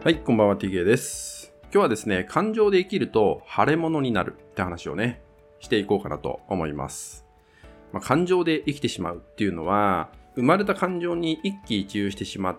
はい、こんばんは TK です。今日はですね、感情で生きると腫れ物になるって話をね、していこうかなと思います。感情で生きてしまうっていうのは、生まれた感情に一喜一憂してしまって、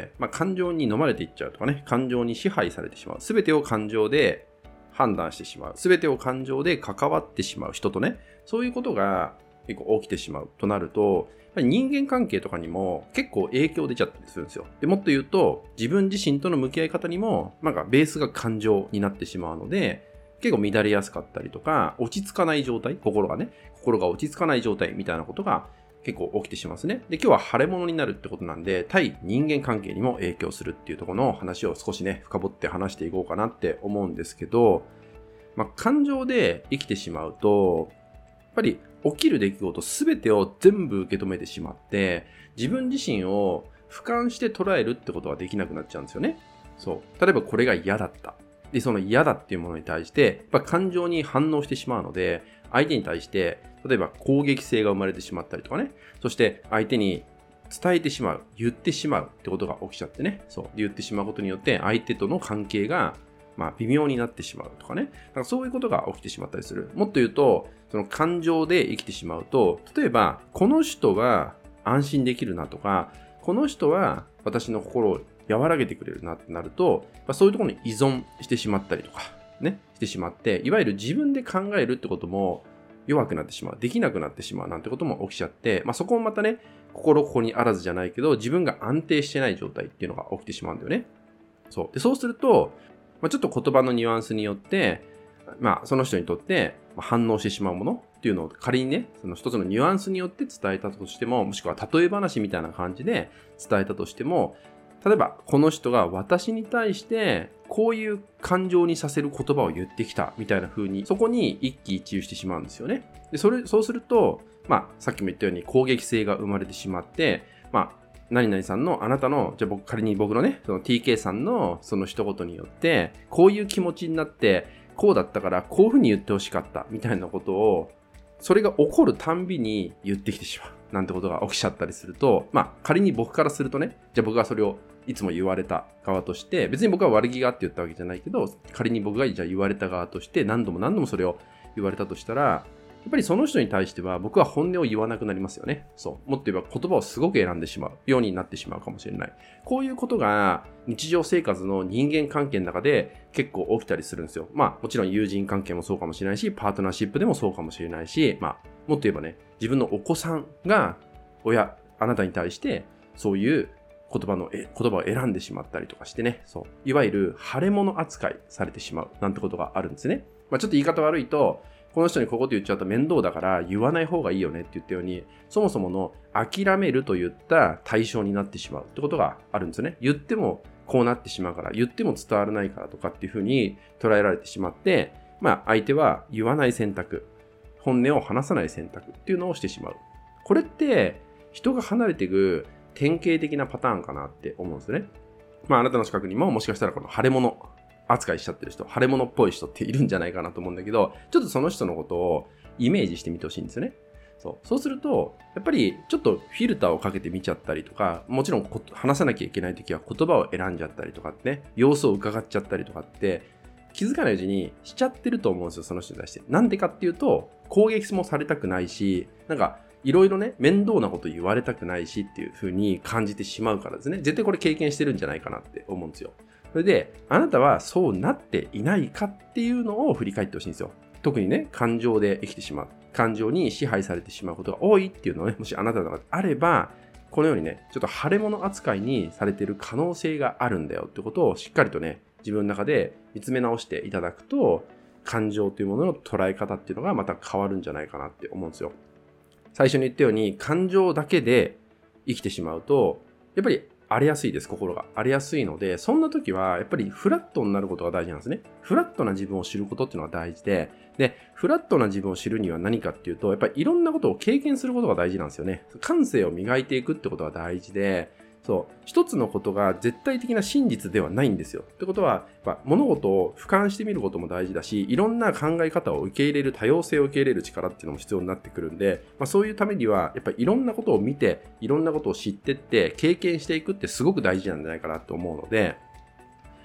感情に飲まれていっちゃうとかね、感情に支配されてしまう。すべてを感情で判断してしまう。すべてを感情で関わってしまう人とね、そういうことが結構起きてしまうとなると、人間関係とかにも結構影響出ちゃったりするんですよ。でもっと言うと、自分自身との向き合い方にも、ベースが感情になってしまうので、結構乱れやすかったりとか、落ち着かない状態、心が落ち着かない状態みたいなことが結構起きてしまうんですね。で、今日は腫れ物になるってことなんで、対人間関係にも影響するっていうところの話を少しね、深掘って話していこうかなって思うんですけど、感情で生きてしまうと、やっぱり起きる出来事すべてを全部受け止めてしまって、自分自身を俯瞰して捉えるってことはできなくなっちゃうんですよね。そう。例えばこれが嫌だった。で、その嫌だっていうものに対して、感情に反応してしまうので、相手に対して、例えば攻撃性が生まれてしまったりとかね。そして相手に伝えてしまう、言ってしまうってことが起きちゃってね。そう。言ってしまうことによって相手との関係が微妙になってしまうとかね。そういうことが起きてしまったりする。もっと言うと、その感情で生きてしまうと、例えば、この人は安心できるなとか、この人は私の心を和らげてくれるなってなると、そういうところに依存してしまったりとか、ね、してしまって、いわゆる自分で考えるってことも弱くなってしまう。できなくなってしまうなんてことも起きちゃって、そこもまたね、心ここにあらずじゃないけど、自分が安定してない状態っていうのが起きてしまうんだよね。そう。で、そうすると、ちょっと言葉のニュアンスによって、その人にとって反応してしまうものっていうのを仮にね、その一つのニュアンスによって伝えたとしても、もしくは例え話みたいな感じで伝えたとしても、例えばこの人が私に対してこういう感情にさせる言葉を言ってきたみたいな風に、そこに一喜一憂してしまうんですよね。で、そうすると、さっきも言ったように攻撃性が生まれてしまって、何々さんのあなたの、じゃあ仮に僕のね、その TK さんのその一言によって、こういう気持ちになって、こうだったからこういう風に言ってほしかったみたいなことを、それが起こるたんびに言ってきてしまうなんてことが起きちゃったりすると、仮に僕からするとね、じゃあ僕がそれをいつも言われた側として、別に僕は悪気があって言ったわけじゃないけど、仮に僕がじゃあ言われた側として何度もそれを言われたとしたら、やっぱりその人に対しては僕は本音を言わなくなりますよね。そう。もっと言えば言葉をすごく選んでしまうようになってしまうかもしれない。こういうことが日常生活の人間関係の中で結構起きたりするんですよ。もちろん友人関係もそうかもしれないし、パートナーシップでもそうかもしれないし、もっと言えばね、自分のお子さんがあなたに対してそういう言葉を選んでしまったりとかしてね、そう。いわゆる腫れ物扱いされてしまうなんてことがあるんですね。ちょっと言い方悪いと、この人にこういうこと言っちゃうと面倒だから言わない方がいいよねって言ったように、そもそもの諦めるといった対象になってしまうってことがあるんですよね。言ってもこうなってしまうから、言っても伝わらないからとかっていうふうに捉えられてしまって、相手は言わない選択、本音を話さない選択っていうのをしてしまう。これって人が離れていく典型的なパターンかなって思うんですよね。あなたの近くにももしかしたらこの腫れ物扱いしちゃってる人、腫れ物っぽい人っているんじゃないかなと思うんだけど、ちょっとその人のことをイメージしてみてほしいんですよね。そうすると、やっぱりちょっとフィルターをかけてみちゃったりとか、もちろん話さなきゃいけないときは言葉を選んじゃったりとかってね、様子を伺っちゃったりとかって気づかないうちにしちゃってると思うんですよ、その人に対して。なんでかっていうと、攻撃もされたくないし、いろいろね、面倒なこと言われたくないしっていう風に感じてしまうからですね。絶対これ経験してるんじゃないかなって思うんですよ。それで、あなたはそうなっていないかっていうのを振り返ってほしいんですよ。特にね、感情で生きてしまう。感情に支配されてしまうことが多いっていうのをね、もしあなたがあれば、このようにね、ちょっと腫れ物扱いにされている可能性があるんだよってことをしっかりとね、自分の中で見つめ直していただくと、感情というものの捉え方っていうのがまた変わるんじゃないかなって思うんですよ。最初に言ったように、感情だけで生きてしまうと、やっぱり荒れやすいです、心が。荒れやすいので、そんな時は、やっぱりフラットになることが大事なんですね。フラットな自分を知ることっていうのが大事で、フラットな自分を知るには何かっていうと、やっぱりいろんなことを経験することが大事なんですよね。感性を磨いていくってことが大事で、一つのことが絶対的な真実ではないんですよ。ってことは、物事を俯瞰してみることも大事だし、いろんな考え方を受け入れる、多様性を受け入れる力っていうのも必要になってくるんで、そういうためには、やっぱりいろんなことを見て、いろんなことを知ってって、経験していくってすごく大事なんじゃないかなと思うので、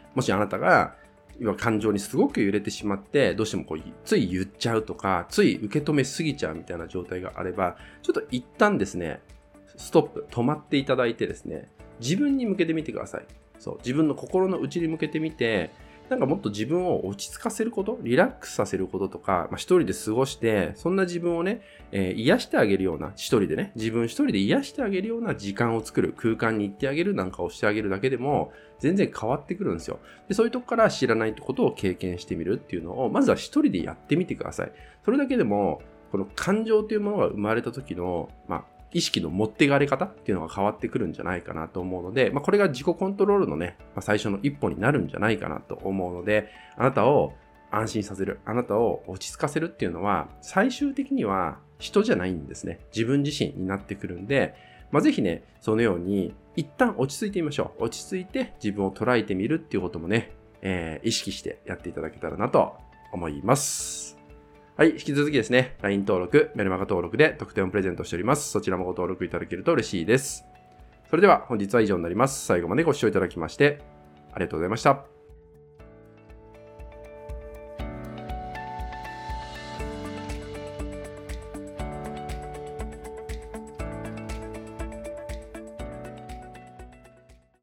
もしあなたが今感情にすごく揺れてしまって、どうしてもつい言っちゃうとか、つい受け止めすぎちゃうみたいな状態があれば、ちょっと一旦ですね、ストップ、止まっていただいてですね、自分に向けてみてください。そう、自分の心の内に向けてみて、なんかもっと自分を落ち着かせること、リラックスさせることとか、一人で過ごして、そんな自分をね、癒してあげるような、一人でね、自分一人で癒してあげるような時間を作る、空間に行ってあげるなんかをしてあげるだけでも、全然変わってくるんですよ。で、そういうとこから知らないことを経験してみるっていうのを、まずは一人でやってみてください。それだけでも、この感情というものが生まれた時の、意識の持ってかれ方っていうのが変わってくるんじゃないかなと思うので、これが自己コントロールのね、最初の一歩になるんじゃないかなと思うので、あなたを安心させる、あなたを落ち着かせるっていうのは、最終的には人じゃないんですね。自分自身になってくるんで、ぜひね、そのように一旦落ち着いてみましょう。落ち着いて自分を捉えてみるっていうこともね、意識してやっていただけたらなと思います。はい、引き続きですね、LINE 登録、メルマガ登録で特典をプレゼントしております。そちらもご登録いただけると嬉しいです。それでは本日は以上になります。最後までご視聴いただきましてありがとうございました。